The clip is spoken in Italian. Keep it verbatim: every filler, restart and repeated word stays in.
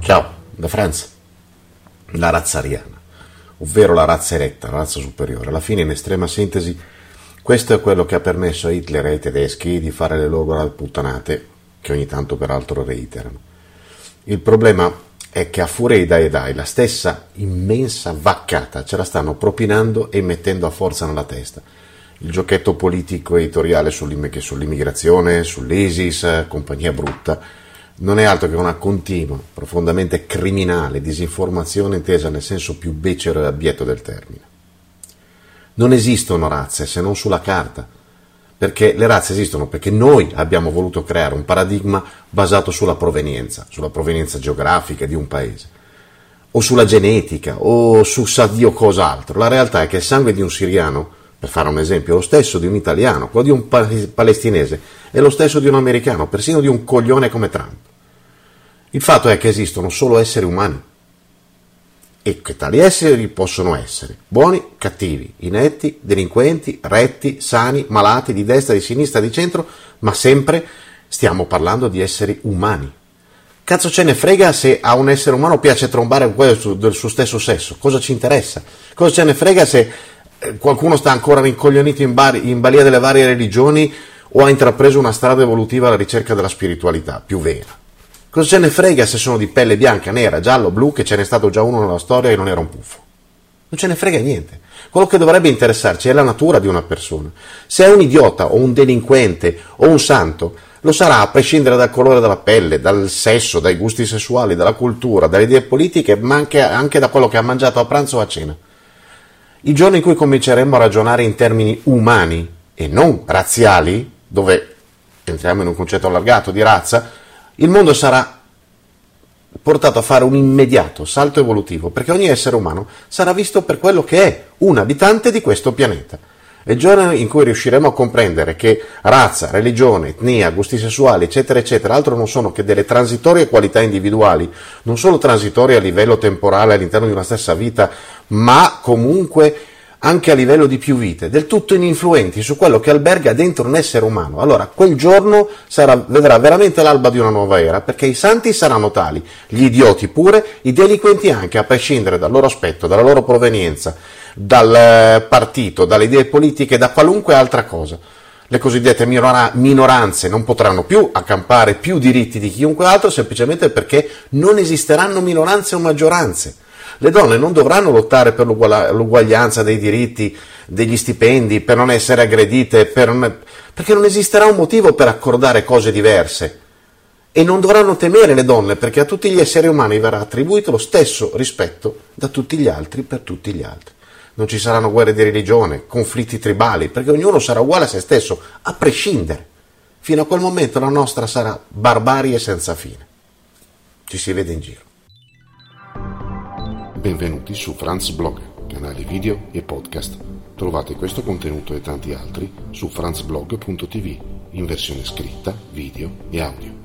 Ciao, da Franz. La razza ariana, ovvero la razza eretta, la razza superiore. Alla fine, in estrema sintesi, questo è quello che ha permesso a Hitler e ai tedeschi di fare le loro puttanate, che ogni tanto peraltro reiterano. Il problema è che a furia di dai e dai, la stessa immensa vaccata ce la stanno propinando e mettendo a forza nella testa. Il giochetto politico editoriale sull'immigrazione, sull'ISIS, compagnia brutta, non è altro che una continua, profondamente criminale disinformazione intesa nel senso più becero e abietto del termine. Non esistono razze se non sulla carta, perché le razze esistono perché noi abbiamo voluto creare un paradigma basato sulla provenienza, sulla provenienza geografica di un paese, o sulla genetica, o su sa Dio cos'altro. La realtà è che il sangue di un siriano, per fare un esempio, è lo stesso di un italiano, quello di un palestinese, è lo stesso di un americano, persino di un coglione come Trump. Il fatto è che esistono solo esseri umani e che tali esseri possono essere buoni, cattivi, inetti, delinquenti, retti, sani, malati, di destra, di sinistra, di centro, ma sempre stiamo parlando di esseri umani. Cazzo ce ne frega se a un essere umano piace trombare quello del suo stesso sesso, cosa ci interessa? Cosa ce ne frega se qualcuno sta ancora rincoglionito in, bar- in balia delle varie religioni o ha intrapreso una strada evolutiva alla ricerca della spiritualità più vera? Cosa ce ne frega se sono di pelle bianca, nera, giallo, blu, che ce n'è stato già uno nella storia e non era un puffo? Non ce ne frega niente. Quello che dovrebbe interessarci è la natura di una persona. Se è un idiota o un delinquente o un santo, lo sarà a prescindere dal colore della pelle, dal sesso, dai gusti sessuali, dalla cultura, dalle idee politiche, ma anche, anche da quello che ha mangiato a pranzo o a cena. Il giorno in cui cominceremo a ragionare in termini umani e non razziali, dove entriamo in un concetto allargato di razza, il mondo sarà portato a fare un immediato salto evolutivo, perché ogni essere umano sarà visto per quello che è, un abitante di questo pianeta. E il giorno in cui riusciremo a comprendere che razza, religione, etnia, gusti sessuali, eccetera, eccetera, altro non sono che delle transitorie qualità individuali, non solo transitorie a livello temporale all'interno di una stessa vita, ma comunque anche a livello di più vite, del tutto ininfluenti su quello che alberga dentro un essere umano. Allora, quel giorno sarà, vedrà veramente l'alba di una nuova era, perché i santi saranno tali, gli idioti pure, i delinquenti anche, a prescindere dal loro aspetto, dalla loro provenienza, dal partito, dalle idee politiche, da qualunque altra cosa. Le cosiddette minora- minoranze non potranno più accampare più diritti di chiunque altro, semplicemente perché non esisteranno minoranze o maggioranze. Le donne non dovranno lottare per l'uguaglianza dei diritti, degli stipendi, per non essere aggredite, per non... perché non esisterà un motivo per accordare cose diverse. E non dovranno temere le donne, perché a tutti gli esseri umani verrà attribuito lo stesso rispetto da tutti gli altri per tutti gli altri. Non ci saranno guerre di religione, conflitti tribali, perché ognuno sarà uguale a se stesso, a prescindere. Fino a quel momento la nostra sarà barbarie senza fine. Ci si vede in giro. Benvenuti su Franz Blog, canale video e podcast. Trovate questo contenuto e tanti altri su franzblog punto tv in versione scritta, video e audio.